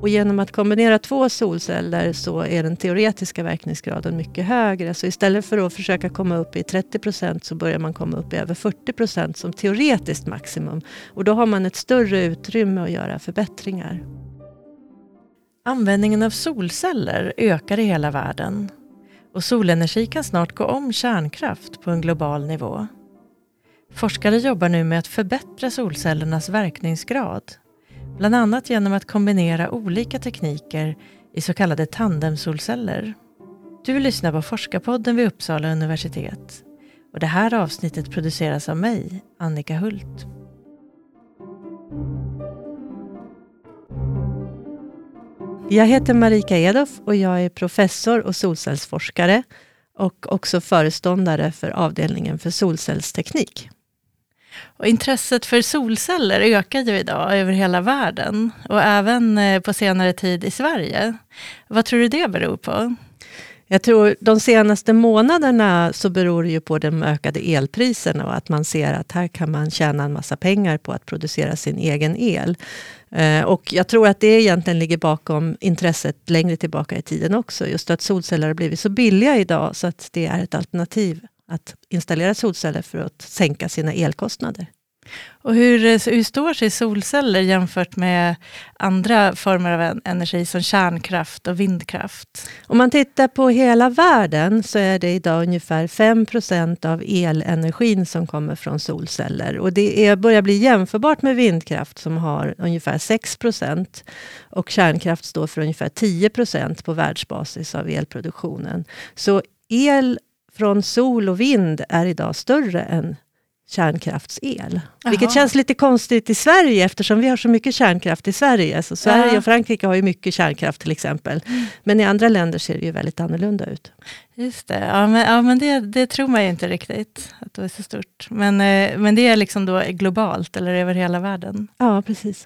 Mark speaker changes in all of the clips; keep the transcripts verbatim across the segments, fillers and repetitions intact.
Speaker 1: Och genom att kombinera två solceller så är den teoretiska verkningsgraden mycket högre. Så istället för att försöka komma upp i trettio procent så börjar man komma upp i över fyrtio procent som teoretiskt maximum. Och då har man ett större utrymme att göra förbättringar.
Speaker 2: Användningen av solceller ökar i hela världen. Och solenergi kan snart gå om kärnkraft på en global nivå. Forskare jobbar nu med att förbättra solcellernas verkningsgrad. Bland annat genom att kombinera olika tekniker i så kallade tandemsolceller. Du lyssnar på Forskarpodden vid Uppsala universitet. Och det här avsnittet produceras av mig, Annika Hult.
Speaker 1: Jag heter Marika Edoff och jag är professor och solcellsforskare och också föreståndare för avdelningen för solcellsteknik.
Speaker 2: Och intresset för solceller ökar ju idag över hela världen och även på senare tid i Sverige. Vad tror du det beror på?
Speaker 1: Jag tror de senaste månaderna så beror det ju på de ökade elpriserna och att man ser att här kan man tjäna en massa pengar på att producera sin egen el. Och jag tror att det egentligen ligger bakom intresset längre tillbaka i tiden också. Just att solceller har blivit så billiga idag så att det är ett alternativ att installera solceller för att sänka sina elkostnader.
Speaker 2: Och hur, hur står sig solceller jämfört med andra former av energi som kärnkraft och vindkraft?
Speaker 1: Om man tittar på hela världen så är det idag ungefär fem procent av elenergin som kommer från solceller. Och det är, börjar bli jämförbart med vindkraft som har ungefär sex procent. Och kärnkraft står för ungefär tio procent på världsbasis av elproduktionen. Så el från sol och vind är idag större än kärnkraftsel. Aha. Vilket känns lite konstigt i Sverige eftersom vi har så mycket kärnkraft i Sverige. Så Sverige ja. och Frankrike har ju mycket kärnkraft till exempel. Mm. Men i andra länder ser det ju väldigt annorlunda ut.
Speaker 2: Just det, ja men, ja, men det, det tror man ju inte riktigt att det är så stort. Men, men det är liksom då globalt eller över hela världen?
Speaker 1: Ja, precis.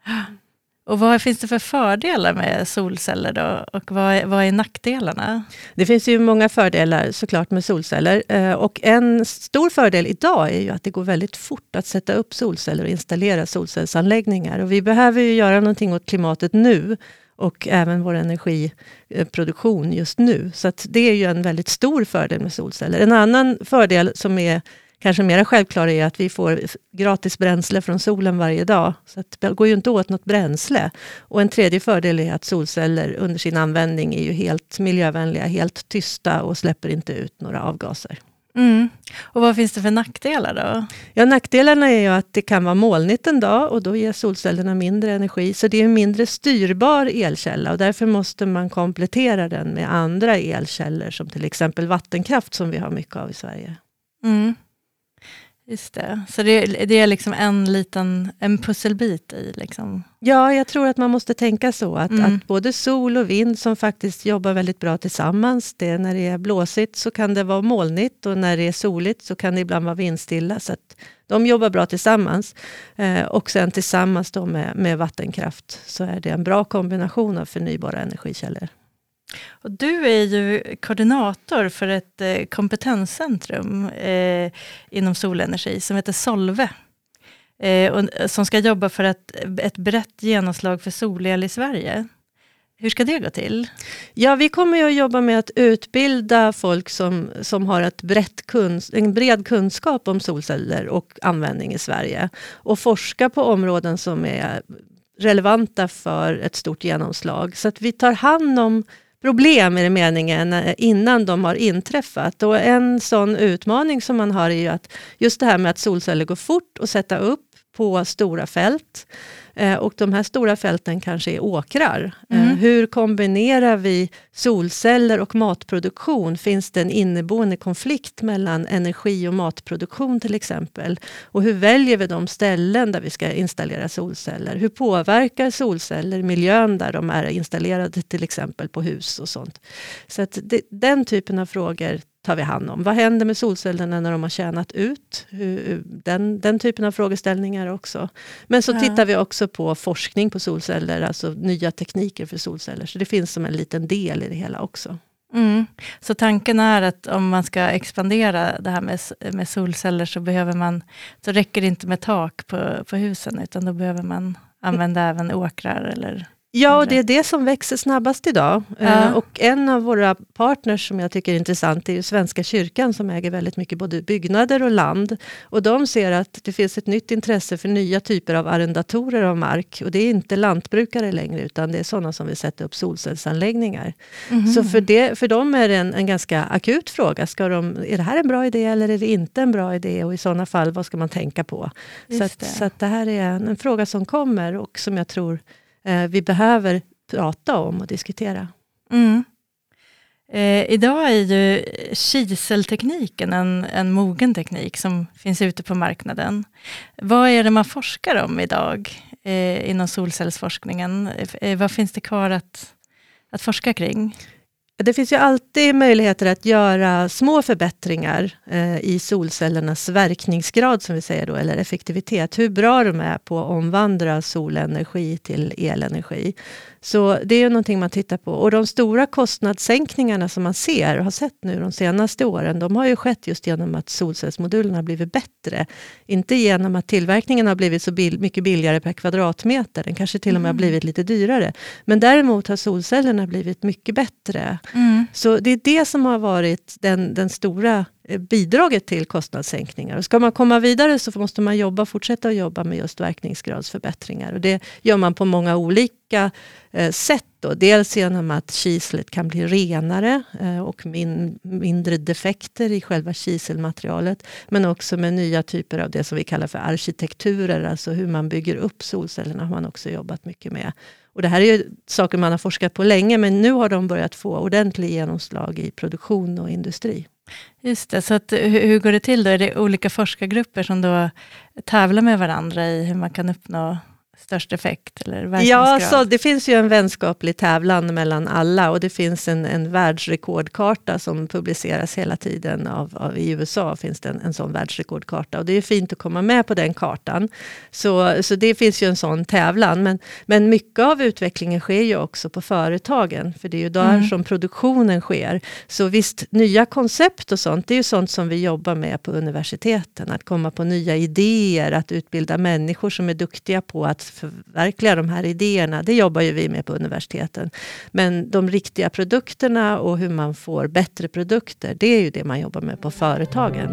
Speaker 2: Och vad finns det för fördelar med solceller då? Och vad är, vad är nackdelarna?
Speaker 1: Det finns ju många fördelar såklart med solceller. Och en stor fördel idag är ju att det går väldigt fort att sätta upp solceller och installera solcellsanläggningar. Och vi behöver ju göra någonting åt klimatet nu. Och även vår energiproduktion just nu. Så att det är ju en väldigt stor fördel med solceller. En annan fördel som är kanske mer självklar är att vi får gratis bränsle från solen varje dag. Så att det går ju inte åt något bränsle. Och en tredje fördel är att solceller under sin användning är ju helt miljövänliga, helt tysta och släpper inte ut några avgaser.
Speaker 2: Mm. Och vad finns det för nackdelar då?
Speaker 1: Ja, nackdelarna är ju att det kan vara molnigt en dag och då ger solcellerna mindre energi. Så det är en mindre styrbar elkälla och därför måste man komplettera den med andra elkällor som till exempel vattenkraft som vi har mycket av i Sverige.
Speaker 2: Mm. Just det. Så det, det är liksom en liten en pusselbit i liksom.
Speaker 1: Ja, jag tror att man måste tänka så. Att,
Speaker 2: mm.
Speaker 1: att både sol och vind som faktiskt jobbar väldigt bra tillsammans. Det, när det är blåsigt så kan det vara molnigt och när det är soligt så kan det ibland vara vindstilla. Så att de jobbar bra tillsammans. Eh, och sen tillsammans då med, med vattenkraft så är det en bra kombination av förnybara energikällor.
Speaker 2: Och du är ju koordinator för ett eh, kompetenscentrum eh, inom solenergi som heter Solve. Eh, och, som ska jobba för ett, ett brett genomslag för solel i Sverige. Hur ska det gå till?
Speaker 1: Ja, vi kommer ju att jobba med att utbilda folk som, som har ett brett kunsk- en bred kunskap om solceller och användning i Sverige. Och forska på områden som är relevanta för ett stort genomslag. Så att vi tar hand om problem i meningen innan de har inträffat. Och en sån utmaning som man har är ju att just det här med att solceller går fort och sätta upp på stora fält. Eh, och de här stora fälten kanske är åkrar. Mm. Eh, hur kombinerar vi solceller och matproduktion? Finns det en inneboende konflikt mellan energi och matproduktion till exempel? Och hur väljer vi de ställen där vi ska installera solceller? Hur påverkar solceller miljön där de är installerade till exempel på hus och sånt? Så att det, den typen av frågor tar vi hand om. Vad händer med solcellerna när de har tjänat ut? Hur, den, den typen av frågeställningar också. Men så ja. tittar vi också på forskning på solceller, alltså nya tekniker för solceller. Så det finns som en liten del i det hela också.
Speaker 2: Mm. Så tanken är att om man ska expandera det här med, med solceller så behöver man, så räcker det inte med tak på, på husen utan då behöver man använda mm. även åkrar eller...
Speaker 1: Ja, och det är det som växer snabbast idag.
Speaker 2: Ja.
Speaker 1: Och en av våra partners som jag tycker är intressant är ju Svenska kyrkan som äger väldigt mycket både byggnader och land. Och de ser att det finns ett nytt intresse för nya typer av arrendatorer av mark. Och det är inte lantbrukare längre utan det är sådana som vill sätta upp solcellsanläggningar. Mm. Så för, det, för dem är det en, en ganska akut fråga. Ska de, är det här en bra idé eller är det inte en bra idé? Och i sådana fall, vad ska man tänka på? Så att, det. så att det här är en, en fråga som kommer och som jag tror vi behöver prata om och diskutera.
Speaker 2: Mm. Eh, idag är ju kiseltekniken en, en mogen teknik som finns ute på marknaden. Vad är det man forskar om idag eh, inom solcellsforskningen? Eh, vad finns det kvar att, att forska kring?
Speaker 1: Det finns ju alltid möjligheter att göra små förbättringar eh, i solcellernas verkningsgrad som vi säger då, eller effektivitet. Hur bra de är på att omvandla solenergi till elenergi. Så det är ju någonting man tittar på. Och de stora kostnadssänkningarna som man ser och har sett nu de senaste åren, de har ju skett just genom att solcellsmodulerna har blivit bättre. Inte genom att tillverkningen har blivit så bil- mycket billigare per kvadratmeter. Den kanske till och med mm. har blivit lite dyrare. Men däremot har solcellerna blivit mycket bättre. Mm. Så det är det som har varit den, den stora bidraget till kostnadssänkningar. Och ska man komma vidare så måste man jobba, fortsätta att jobba med just verkningsgradsförbättringar. Och det gör man på många olika eh, sätt. Då. Dels genom att kislet kan bli renare eh, och min, mindre defekter i själva kiselmaterialet. Men också med nya typer av det som vi kallar för arkitekturer. Alltså hur man bygger upp solcellerna har man också jobbat mycket med. Och det här är ju saker man har forskat på länge, men nu har de börjat få ordentlig genomslag i produktion och industri.
Speaker 2: Just det, så att, hur, hur går det till då? Är det olika forskargrupper som då tävlar med varandra i hur man kan uppnå störst effekt eller verkningsgrad?
Speaker 1: Ja, så det finns ju en vänskaplig tävlan mellan alla och det finns en, en världsrekordkarta som publiceras hela tiden av, av i U S A finns det en, en sån världsrekordkarta och det är fint att komma med på den kartan. Så, så det finns ju en sån tävlan, men, men mycket av utvecklingen sker ju också på företagen, för det är ju där mm. som produktionen sker. Så visst, nya koncept och sånt, det är ju sånt som vi jobbar med på universiteten, att komma på nya idéer, att utbilda människor som är duktiga på att förverkliga de här idéerna, det jobbar ju vi med på universiteten. Men de riktiga produkterna och hur man får bättre produkter, det är ju det man jobbar med på företagen.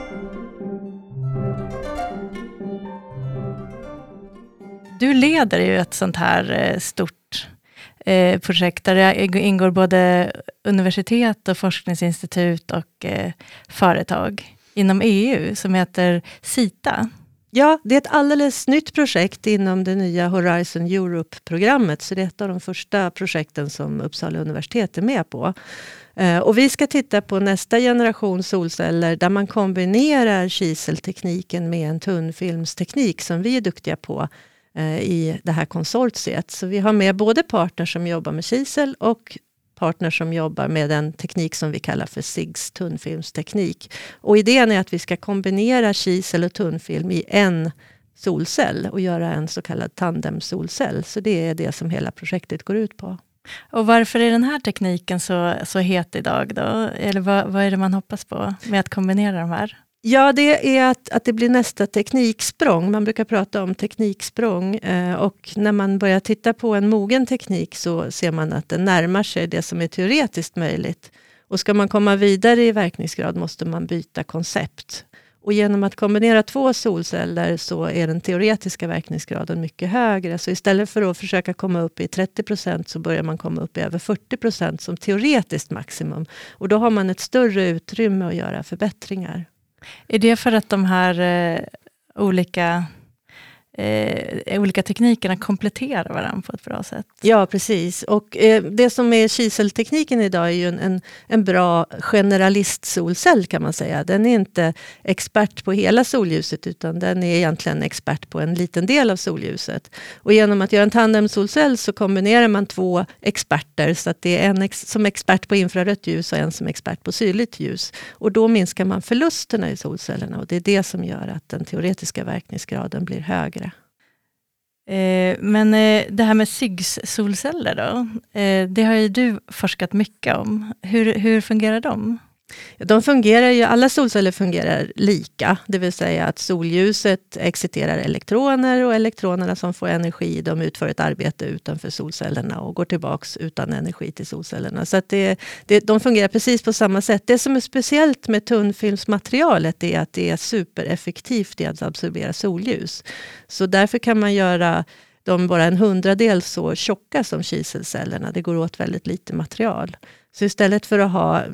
Speaker 2: Du leder ju ett sånt här stort eh, projekt där det ingår både universitet och forskningsinstitut och eh, företag inom E U som heter SITA.
Speaker 1: Ja, det är ett alldeles nytt projekt inom det nya Horizon Europe-programmet. Så det är ett av de första projekten som Uppsala universitet är med på. Eh, och vi ska titta på nästa generation solceller där man kombinerar kiseltekniken med en tunnfilmsteknik som vi är duktiga på eh, i det här konsortiet. Så vi har med både partners som jobbar med kisel och partners som jobbar med en teknik som vi kallar för S I G S tunnfilmsteknik. Och idén är att vi ska kombinera kisel och tunnfilm i en solcell och göra en så kallad tandemsolcell. Så det är det som hela projektet går ut på.
Speaker 2: Och varför är den här tekniken så, så het idag då? Eller vad, vad är det man hoppas på med att kombinera de här?
Speaker 1: Ja, det är att, att det blir nästa tekniksprång. Man brukar prata om tekniksprång eh, och när man börjar titta på en mogen teknik så ser man att den närmar sig det som är teoretiskt möjligt. Och ska man komma vidare i verkningsgrad måste man byta koncept. Och genom att kombinera två solceller så är den teoretiska verkningsgraden mycket högre. Så istället för att försöka komma upp i trettio procent så börjar man komma upp i över fyrtio procent som teoretiskt maximum. Och då har man ett större utrymme att göra förbättringar.
Speaker 2: Är det för att de här eh, olika, eh, olika teknikerna kompletterar varandra på ett bra sätt?
Speaker 1: Ja, precis. Och eh, det som är kiseltekniken idag är ju en, en, en bra generalist-solcell kan man säga. Den är inte expert på hela solljuset utan den är egentligen expert på en liten del av solljuset. Och genom att göra en tandemsolcell så kombinerar man två experter så att det är en ex- som expert på infrarött ljus och en som expert på syrligt ljus. Och då minskar man förlusterna i solcellerna och det är det som gör att den teoretiska verkningsgraden blir högre.
Speaker 2: Eh, men eh, det här med S I G S-solceller då, eh, det har ju du forskat mycket om. Hur, hur fungerar de?
Speaker 1: De fungerar ju, alla solceller fungerar lika, det vill säga att solljuset exciterar elektroner och elektronerna som får energi, de utför ett arbete utanför solcellerna och går tillbaks utan energi till solcellerna. Så att det, det, de fungerar precis på samma sätt. Det som är speciellt med tunnfilmsmaterialet är att det är supereffektivt i att absorbera solljus. Så därför kan man göra de bara en hundradel så tjocka som kiselcellerna. Det går åt väldigt lite material. Så istället för att ha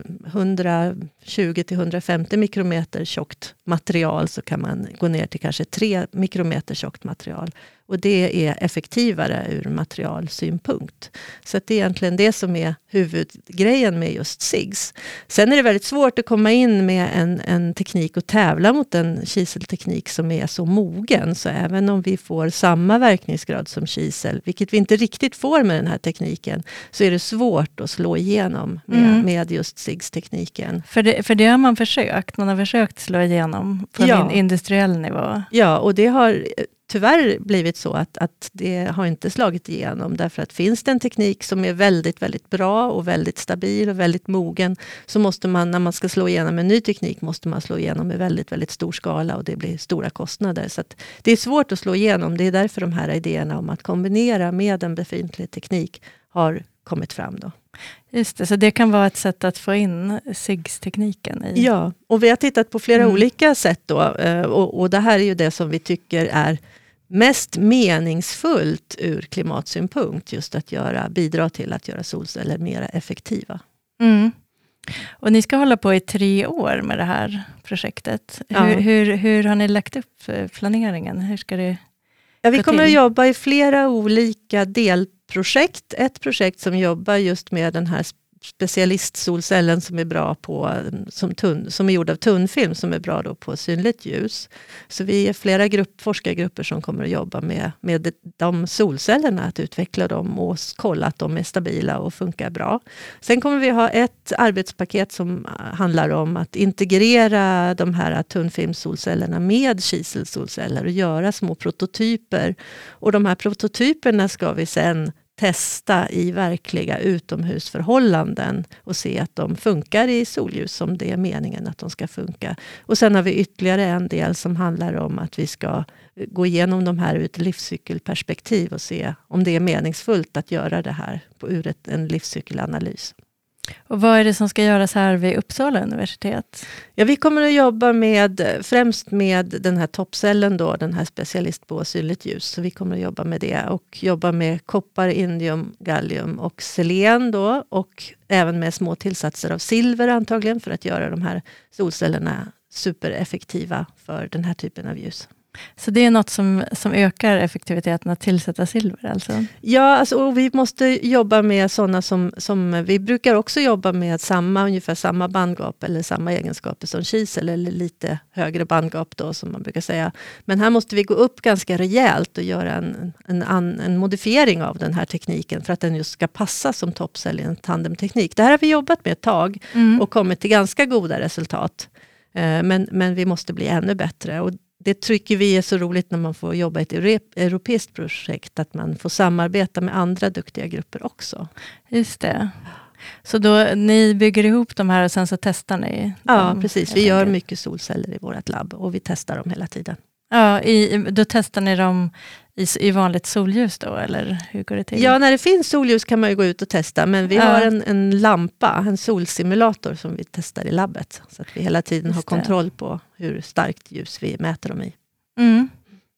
Speaker 1: hundratjugo till hundrafemtio mikrometer tjockt material så kan man gå ner till kanske tre mikrometer tjockt material. Och det är effektivare ur materialsynpunkt. Så att det är egentligen det som är huvudgrejen med just S I Gs. Sen är det väldigt svårt att komma in med en, en teknik och tävla mot en kiselteknik som är så mogen. Så även om vi får samma verkningsgrad som kisel, vilket vi inte riktigt får med den här tekniken, så är det svårt att slå igenom med, mm. med just S I Gs-tekniken.
Speaker 2: För det, för det har man försökt. Man har försökt slå igenom på
Speaker 1: ja.
Speaker 2: en industriell nivå.
Speaker 1: Ja, och det har tyvärr blivit så att, att det har inte slagit igenom. Därför att finns det en teknik som är väldigt, väldigt bra och väldigt stabil och väldigt mogen, så måste man, när man ska slå igenom en ny teknik, måste man slå igenom i väldigt, väldigt stor skala och det blir stora kostnader. Så att det är svårt att slå igenom. Det är därför de här idéerna om att kombinera med en befintlig teknik har kommit fram då.
Speaker 2: Just det, så det kan vara ett sätt att få in S I Gs-tekniken i...
Speaker 1: Ja, och vi har tittat på flera
Speaker 2: mm.
Speaker 1: olika sätt då. Och, och det här är ju det som vi tycker är mest meningsfullt ur klimatsynpunkt. Just att göra, bidra till att göra solceller mer effektiva.
Speaker 2: Mm. Och ni ska hålla på i tre år med det här projektet.
Speaker 1: Ja.
Speaker 2: Hur, hur, hur har ni lagt upp planeringen? Hur ska det
Speaker 1: Ja, vi
Speaker 2: gå
Speaker 1: kommer
Speaker 2: till?
Speaker 1: att jobba i flera olika delprojekt. Ett projekt som jobbar just med den här specialistsolcellen som är bra på som, tunn, som är gjord av tunnfilm, som är bra då på synligt ljus. Så vi är flera grupp, forskargrupper som kommer att jobba med, med de solcellerna, att utveckla dem och kolla att de är stabila och funkar bra. Sen kommer vi ha ett arbetspaket som handlar om att integrera de här tunnfilmssolcellerna med kiselsolceller och göra små prototyper. Och de här prototyperna ska vi sen testa i verkliga utomhusförhållanden och se att de funkar i solljus som det är meningen att de ska funka. Och sen har vi ytterligare en del som handlar om att vi ska gå igenom de här ur ett livscykelperspektiv och se om det är meningsfullt att göra det här på, ur ett, en livscykelanalys.
Speaker 2: Och vad är det som ska göras här vid Uppsala universitet?
Speaker 1: Ja, vi kommer att jobba med, främst med den här toppcellen då, den här specialist på synligt ljus. Så vi kommer att jobba med det och jobba med koppar, indium, gallium och selen då. Och även med små tillsatser av silver antagligen för att göra de här solcellerna supereffektiva för den här typen av ljus.
Speaker 2: Så det är något som, som ökar effektiviteten att tillsätta silver alltså?
Speaker 1: Ja, alltså, och vi måste jobba med sådana som, som vi brukar också jobba med samma, ungefär samma bandgap eller samma egenskaper som kisel eller lite högre bandgap då som man brukar säga. Men här måste vi gå upp ganska rejält och göra en, en, en, en modifiering av den här tekniken för att den just ska passa som toppcell i en tandemteknik. Det här har vi jobbat med ett tag mm. och kommit till ganska goda resultat. Eh, men, men vi måste bli ännu bättre och det tycker vi är så roligt när man får jobba i ett europeiskt projekt, att man får samarbeta med andra duktiga grupper också.
Speaker 2: Just det. Så då ni bygger ihop de här och sen så testar ni?
Speaker 1: Ja,
Speaker 2: dem,
Speaker 1: precis. Vi gör mycket solceller i vårt labb och vi testar dem hela tiden.
Speaker 2: Ja, i, då testar ni dem i, i vanligt solljus då, eller hur går det till?
Speaker 1: Ja, när det finns solljus kan man ju gå ut och testa, men vi ja. har en, en lampa, en solsimulator som vi testar i labbet, så att vi hela tiden Just har kontroll på hur starkt ljus vi mäter dem i.
Speaker 2: Mm.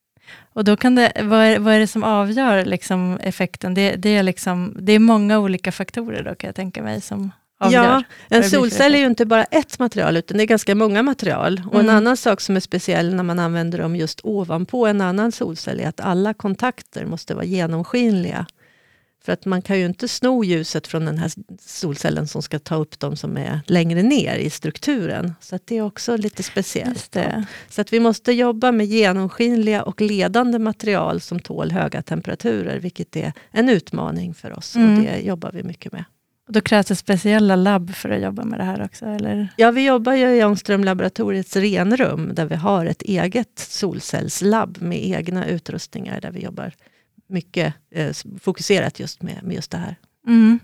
Speaker 2: Och då kan det, vad är, vad är det som avgör liksom effekten? Det, det, är liksom, det är många olika faktorer då kan jag tänka mig som avgör.
Speaker 1: Ja, en solcell är ju inte bara ett material utan det är ganska många material. Och mm. en annan sak som är speciell när man använder dem just ovanpå en annan solcell är att alla kontakter måste vara genomskinliga. För att man kan ju inte sno ljuset från den här solcellen som ska ta upp dem som är längre ner i strukturen. Så att det är också lite speciellt. Så att vi måste jobba med genomskinliga och ledande material som tål höga temperaturer, vilket är en utmaning för oss. Mm. Och det jobbar vi mycket med.
Speaker 2: Och då krävs det speciella labb för att jobba med det här också, eller?
Speaker 1: Ja, vi jobbar ju i Ångström-laboratoriets renrum där vi har ett eget solcellslabb med egna utrustningar där vi jobbar mycket eh, fokuserat just med, med just det här.
Speaker 2: Mm.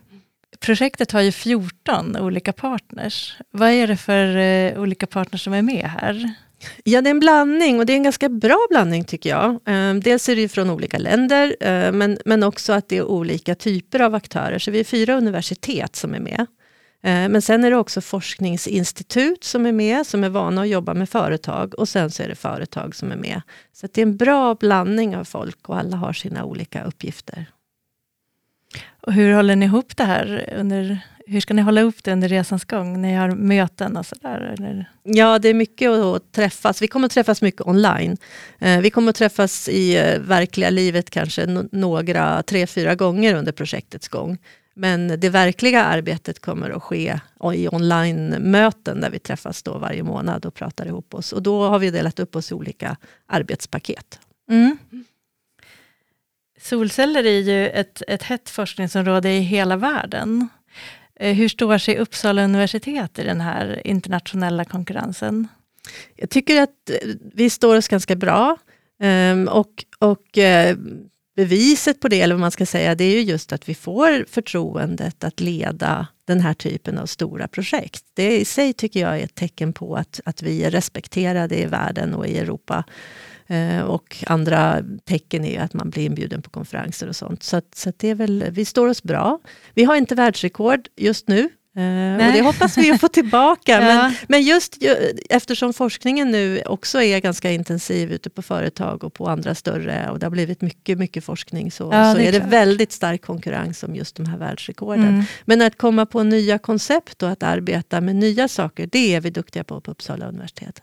Speaker 2: Projektet har ju fjorton olika partners. Vad är det för eh, olika partners som är med här?
Speaker 1: Ja, det är en blandning och det är en ganska bra blandning tycker jag. Eh, dels är det ju från olika länder eh, men, men också att det är olika typer av aktörer. Så vi är fyra universitet som är med. Eh, men sen är det också forskningsinstitut som är med, som är vana att jobba med företag. Och sen så är det företag som är med. Så att det är en bra blandning av folk och alla har sina olika uppgifter.
Speaker 2: Och hur håller ni ihop det här? Under, hur ska ni hålla upp det under resans gång? Ni har möten och sådär? Eller?
Speaker 1: Ja, det är mycket att träffas. Vi kommer att träffas mycket online. Eh, vi kommer att träffas i eh, verkliga livet kanske no- några, tre, fyra gånger under projektets gång. Men det verkliga arbetet kommer att ske i online-möten där vi träffas då varje månad och pratar ihop oss. Och då har vi delat upp oss i olika arbetspaket.
Speaker 2: Mm. Solceller är ju ett, ett hett forskningsområde i hela världen. Hur står sig Uppsala universitet i den här internationella konkurrensen?
Speaker 1: Jag tycker att vi står oss ganska bra. Och, och beviset på det, eller vad man ska säga, det är ju just att vi får förtroendet att leda den här typen av stora projekt. Det i sig tycker jag är ett tecken på att, att vi är respekterade i världen och i Europa. Eh, och andra tecken är ju att man blir inbjuden på konferenser och sånt. Så, att, så att det är väl, vi står oss bra. Vi har inte världsrekord just nu. Eh, och det hoppas vi att få tillbaka. ja. men, men just ju, eftersom forskningen nu också är ganska intensiv ute på företag och på andra större. Och det har blivit mycket, mycket forskning. Så,
Speaker 2: ja,
Speaker 1: så
Speaker 2: det är,
Speaker 1: är
Speaker 2: det
Speaker 1: väldigt stark konkurrens om just de här världsrekorden.
Speaker 2: Mm.
Speaker 1: Men att komma på nya koncept och att arbeta med nya saker. Det är vi duktiga på på Uppsala universitet.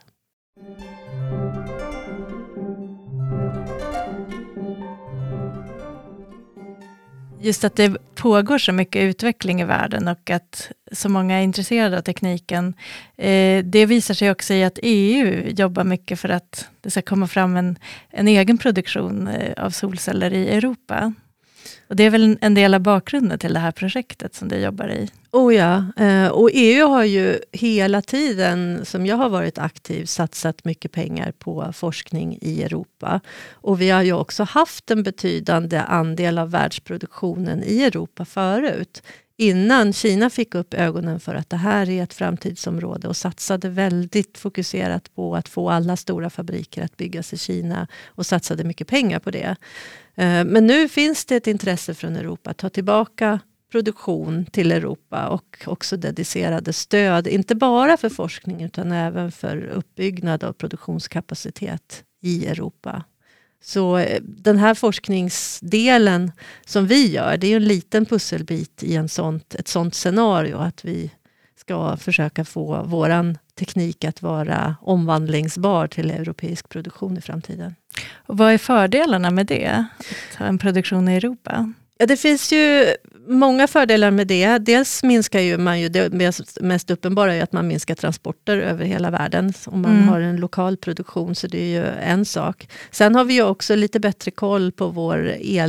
Speaker 2: Just att det pågår så mycket utveckling i världen och att så många är intresserade av tekniken. Eh, det visar sig också i att E U jobbar mycket för att det ska komma fram en, en egen produktion eh, av solceller i Europa. Och det är väl en, en del av bakgrunden till det här projektet som du jobbar i?
Speaker 1: Oh ja, eh, och E U har ju hela tiden som jag har varit aktiv satsat mycket pengar på forskning i Europa. Och vi har ju också haft en betydande andel av världsproduktionen i Europa förut. Innan Kina fick upp ögonen för att det här är ett framtidsområde och satsade väldigt fokuserat på att få alla stora fabriker att byggas i Kina och satsade mycket pengar på det. Men nu finns det ett intresse från Europa att ta tillbaka produktion till Europa och också dedicerade stöd, inte bara för forskning utan även för uppbyggnad av produktionskapacitet i Europa. Så den här forskningsdelen som vi gör, det är ju en liten pusselbit i en sånt, ett sånt scenario att vi ska försöka få våran teknik att vara omvandlingsbar till europeisk produktion i framtiden.
Speaker 2: Och vad är fördelarna med det? Att ha en produktion i Europa?
Speaker 1: Ja, det finns ju många fördelar med det. Dels minskar ju man ju, det mest uppenbara är att man minskar transporter över hela världen. Om man mm. har en lokal produktion så det är ju en sak. Sen har vi ju också lite bättre koll på vår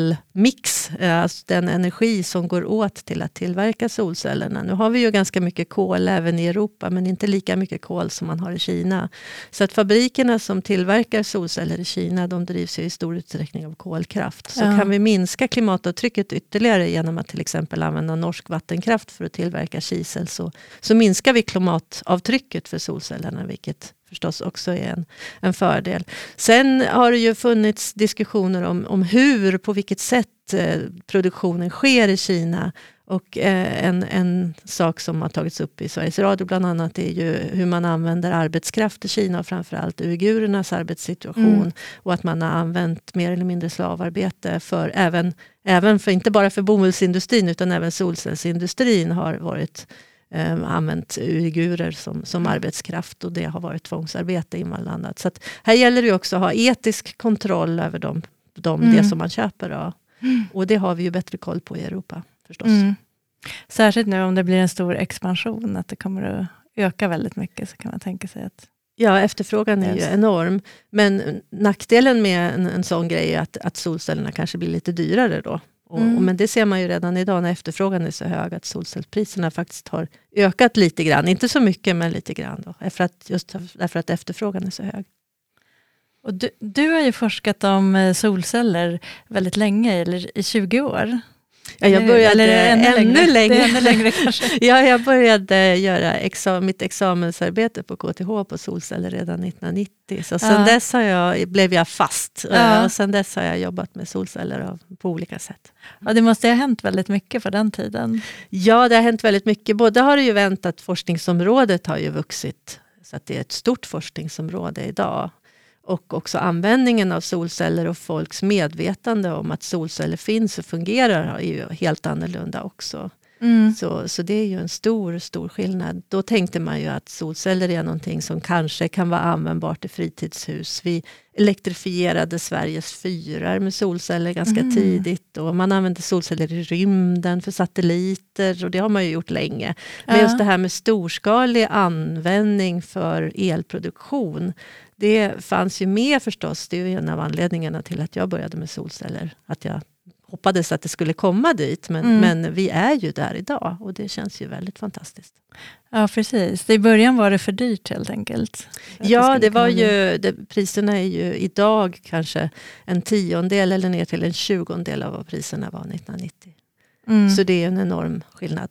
Speaker 1: elmix. Alltså den energi som går åt till att tillverka solcellerna. Nu har vi ju ganska mycket kol även i Europa men inte lika mycket kol som man har i Kina. Så att fabrikerna som tillverkar solceller i Kina de drivs ju i stor utsträckning av kolkraft. Så ja. Kan vi minska klimatavtrycket ytterligare genom att till exempel använda norsk vattenkraft för att tillverka kisel så, så minskar vi klimatavtrycket för solcellerna vilket förstås också är en, en fördel. Sen har det ju funnits diskussioner om, om hur, på vilket sätt eh, produktionen sker i Kina. Och eh, en, en sak som har tagits upp i Sveriges Radio bland annat är ju hur man använder arbetskraft i Kina och framförallt uigurernas arbetssituation. Mm. Och att man har använt mer eller mindre slavarbete för även, även för, inte bara för bomullsindustrin utan även solcellsindustrin har varit eh, använt uigurer som, som mm. arbetskraft och det har varit tvångsarbete invandrarlandat. Så att här gäller det ju också att ha etisk kontroll över de, de, mm. det som man köper av. Mm. Och det har vi ju bättre koll på i Europa. Förstås. Mm.
Speaker 2: Särskilt nu om det blir en stor expansion att det kommer att öka väldigt mycket så kan man tänka sig att
Speaker 1: ja, efterfrågan är ju enorm. Men nackdelen med en, en sån grej är att, att solcellerna kanske blir lite dyrare då. Och, mm. och, men det ser man ju redan idag när efterfrågan är så hög att solcellspriserna faktiskt har ökat lite grann. Inte så mycket men lite grann då. Därför att, just därför att efterfrågan är så hög.
Speaker 2: Och du, du har ju forskat om solceller väldigt länge, eller i tjugo år.
Speaker 1: Ja, jag började
Speaker 2: Eller ännu,
Speaker 1: ännu
Speaker 2: längre.
Speaker 1: längre.
Speaker 2: Det är ännu längre kanske.
Speaker 1: Ja, jag började göra exam- mitt examensarbete på K T H på solceller redan nittonhundranittio. Så sen
Speaker 2: Ja.
Speaker 1: dess har jag, blev jag fast.
Speaker 2: Ja.
Speaker 1: Och sen dess har jag jobbat med solceller av, på olika sätt.
Speaker 2: Ja, det måste ha hänt väldigt mycket på den tiden.
Speaker 1: Ja, det har hänt väldigt mycket. Både har det ju vänt att forskningsområdet har ju vuxit. Så att det är ett stort forskningsområde idag. Och också användningen av solceller och folks medvetande om att solceller finns och fungerar är ju helt annorlunda också.
Speaker 2: Mm.
Speaker 1: Så, så det är ju en stor, stor skillnad. Då tänkte man ju att solceller är någonting som kanske kan vara användbart i fritidshus. Vi elektrifierade Sveriges fyrar med solceller ganska
Speaker 2: Mm.
Speaker 1: tidigt. Och man använde solceller i rymden för satelliter. Och det har man ju gjort länge. Men
Speaker 2: Ja.
Speaker 1: just det här med storskalig användning för elproduktion. Det fanns ju med förstås. Det är ju en av anledningarna till att jag började med solceller. Att jag hoppades att det skulle komma dit. Men,
Speaker 2: Mm.
Speaker 1: men vi är ju där idag. Och det känns ju väldigt fantastiskt.
Speaker 2: Ja, precis. I början var det för dyrt helt enkelt. Att
Speaker 1: Ja,
Speaker 2: skulle
Speaker 1: det var
Speaker 2: kunna bli-
Speaker 1: ju, det, priserna är ju idag kanske en tiondel eller ner till en tjugondel av vad priserna var nittonhundranittio.
Speaker 2: Mm.
Speaker 1: Så det är en enorm skillnad.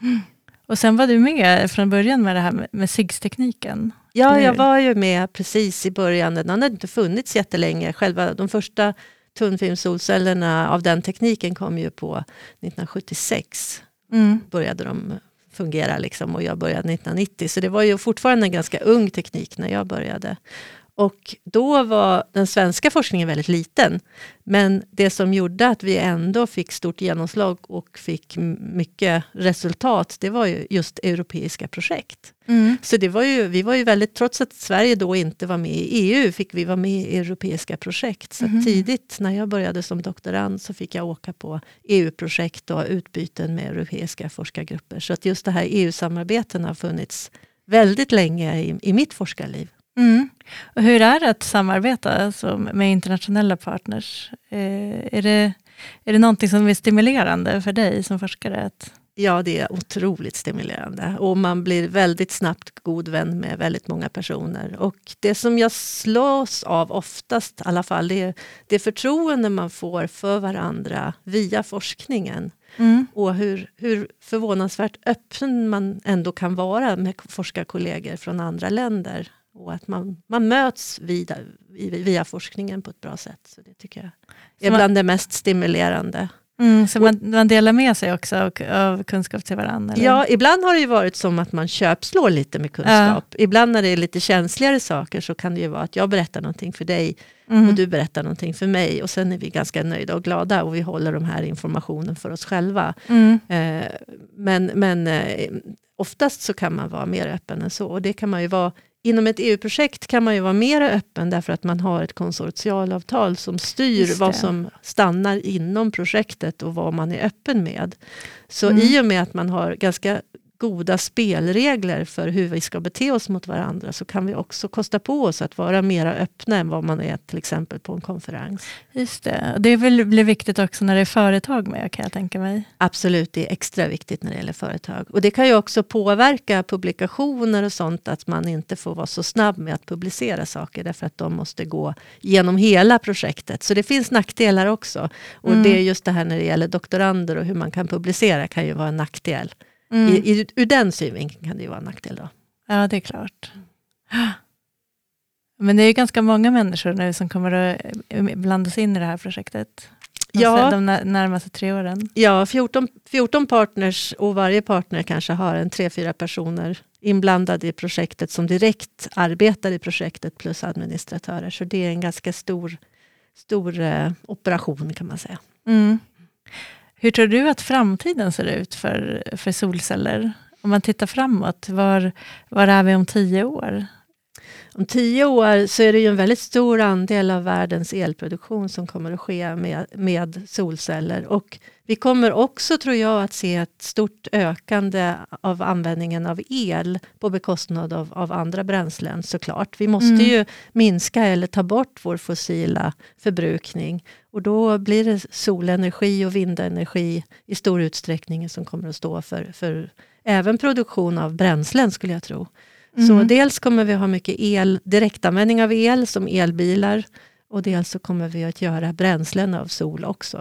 Speaker 2: Och sen var du med från början med det här med, med S Y G S-tekniken.
Speaker 1: Ja,
Speaker 2: Eller
Speaker 1: jag
Speaker 2: hur?
Speaker 1: var ju med precis i början. Den hade inte funnits jättelänge. Själva de första tunnfilmsolcellerna av den tekniken kom ju på nittonhundrasjuttiosex.
Speaker 2: Mm.
Speaker 1: Började de fungera liksom, och jag började nittonhundranittio. Så det var ju fortfarande en ganska ung teknik när jag började. Och då var den svenska forskningen väldigt liten. Men det som gjorde att vi ändå fick stort genomslag och fick m- mycket resultat, det var ju just europeiska projekt.
Speaker 2: Mm.
Speaker 1: Så det var ju, vi var ju väldigt, trots att Sverige då inte var med i E U, fick vi vara med i europeiska projekt. Så
Speaker 2: Mhm.
Speaker 1: tidigt när jag började som doktorand så fick jag åka på E U-projekt och utbyten med europeiska forskargrupper. Så att just det här E U-samarbeten har funnits väldigt länge i, i mitt forskarliv.
Speaker 2: Mm. Och hur är det att samarbeta alltså, med internationella partners? Eh, är, det, är det någonting som är stimulerande för dig som forskare? Att...
Speaker 1: Ja, det är otroligt stimulerande. Och man blir väldigt snabbt god vän med väldigt många personer. Och det som jag slås av oftast i alla fall, det är det förtroende man får för varandra via forskningen.
Speaker 2: Mm.
Speaker 1: Och hur, hur förvånansvärt öppen man ändå kan vara med forskarkollegor från andra länder. Och att man, man möts via, via forskningen på ett bra sätt. Så det tycker jag är
Speaker 2: man-
Speaker 1: bland det mest stimulerande.
Speaker 2: Mm, så man, man delar med sig också av, av kunskap till varandra? Eller?
Speaker 1: Ja, ibland har det ju varit som att man köpslår lite med kunskap. Ibland när det är lite känsligare saker så kan det ju vara att jag berättar någonting för dig
Speaker 2: Mm.
Speaker 1: och du berättar någonting för mig. Och sen är vi ganska nöjda och glada och vi håller de här informationen för oss själva.
Speaker 2: Mm.
Speaker 1: Eh, men men eh, oftast så kan man vara mer öppen än så. Och det kan man ju vara, inom ett E U-projekt kan man ju vara mer öppen därför att man har ett konsortialavtal som styr
Speaker 2: Just det.
Speaker 1: vad som stannar inom projektet och vad man är öppen med. Så
Speaker 2: Mm.
Speaker 1: i och med att man har ganska goda spelregler för hur vi ska bete oss mot varandra så kan vi också kosta på oss att vara mer öppna än vad man är till exempel på en konferens.
Speaker 2: Just det. Och det väl blir viktigt också när det är företag med, kan jag tänka mig.
Speaker 1: Absolut, det är extra viktigt när det gäller företag. Och det kan ju också påverka publikationer och sånt att man inte får vara så snabb med att publicera saker därför att de måste gå genom hela projektet. Så det finns nackdelar också. Och
Speaker 2: Mm.
Speaker 1: det är just det här när det gäller doktorander och hur man kan publicera kan ju vara en nackdel.
Speaker 2: Mm.
Speaker 1: I, i, ur den synvinkeln kan det ju vara en nackdel då.
Speaker 2: Ja, det är klart. Men det är ju ganska många människor nu som kommer att eh, blandas in i det här projektet. De,
Speaker 1: Ja.
Speaker 2: de när- närmaste tre åren.
Speaker 1: Ja, fjorton, fjorton partners och varje partner kanske har en tre, fyra personer inblandade i projektet som direkt arbetar i projektet plus administratörer. Så det är en ganska stor, stor eh, operation kan man säga.
Speaker 2: Mm. Hur tror du att framtiden ser ut för, för solceller? Om man tittar framåt, var, var är vi om tio år?
Speaker 1: Om tio år så är det ju en väldigt stor andel av världens elproduktion som kommer att ske med, med solceller. Och vi kommer också, tror jag, att se ett stort ökande av användningen av el på bekostnad av, av andra bränslen såklart. Vi måste
Speaker 2: Mm.
Speaker 1: ju minska eller ta bort vår fossila förbrukning. Och då blir det solenergi och vindenergi i stor utsträckning som kommer att stå för, för även produktion av bränslen skulle jag tro. Så
Speaker 2: Mm.
Speaker 1: dels kommer vi ha mycket el, direktanvändning av el som elbilar och dels så kommer vi att göra bränslen av sol också.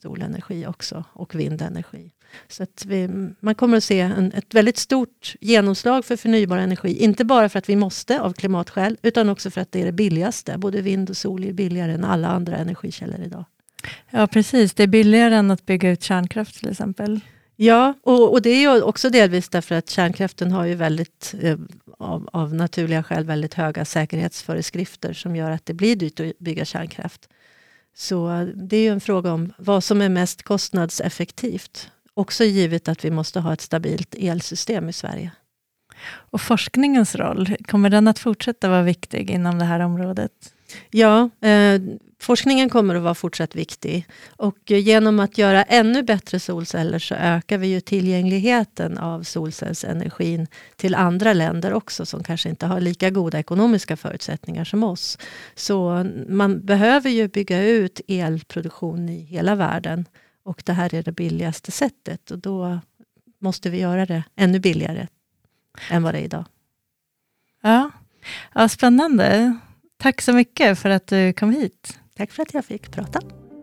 Speaker 1: solenergi också och vindenergi. Så att vi, man kommer att se en, ett väldigt stort genomslag för förnybar energi. Inte bara för att vi måste av klimatskäl utan också för att det är det billigaste. Både vind och sol är billigare än alla andra energikällor idag.
Speaker 2: Ja, precis. Det är billigare än att bygga ut kärnkraft till exempel.
Speaker 1: Ja, och, och det är ju också delvis därför att kärnkraften har ju väldigt, eh, av, av naturliga skäl väldigt höga säkerhetsföreskrifter som gör att det blir dyrt att bygga kärnkraft. Så det är ju en fråga om vad som är mest kostnadseffektivt. Också givet att vi måste ha ett stabilt elsystem i Sverige.
Speaker 2: Och forskningens roll, kommer den att fortsätta vara viktig inom det här området?
Speaker 1: Ja, eh, forskningen kommer att vara fortsatt viktig. Och eh, genom att göra ännu bättre solceller så ökar vi ju tillgängligheten av solcellsenergin till andra länder också som kanske inte har lika goda ekonomiska förutsättningar som oss. Så man behöver ju bygga ut elproduktion i hela världen. Och det här är det billigaste sättet och då måste vi göra det ännu billigare än vad det är idag.
Speaker 2: Ja, ja spännande. Tack så mycket för att du kom hit.
Speaker 1: Tack för att jag fick prata.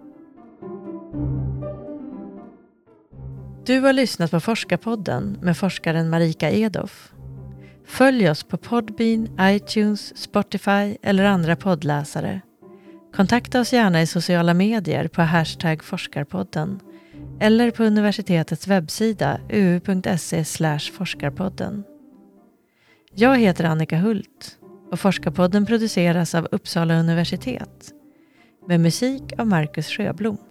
Speaker 2: Du har lyssnat på Forskarpodden med forskaren Marika Edoff. Följ oss på Podbean, iTunes, Spotify eller andra poddläsare. Kontakta oss gärna i sociala medier på hashtag forskarpodden eller på universitetets webbsida u u punkt se slash forskarpodden. Jag heter Annika Hult och Forskarpodden produceras av Uppsala universitet med musik av Marcus Sjöblom.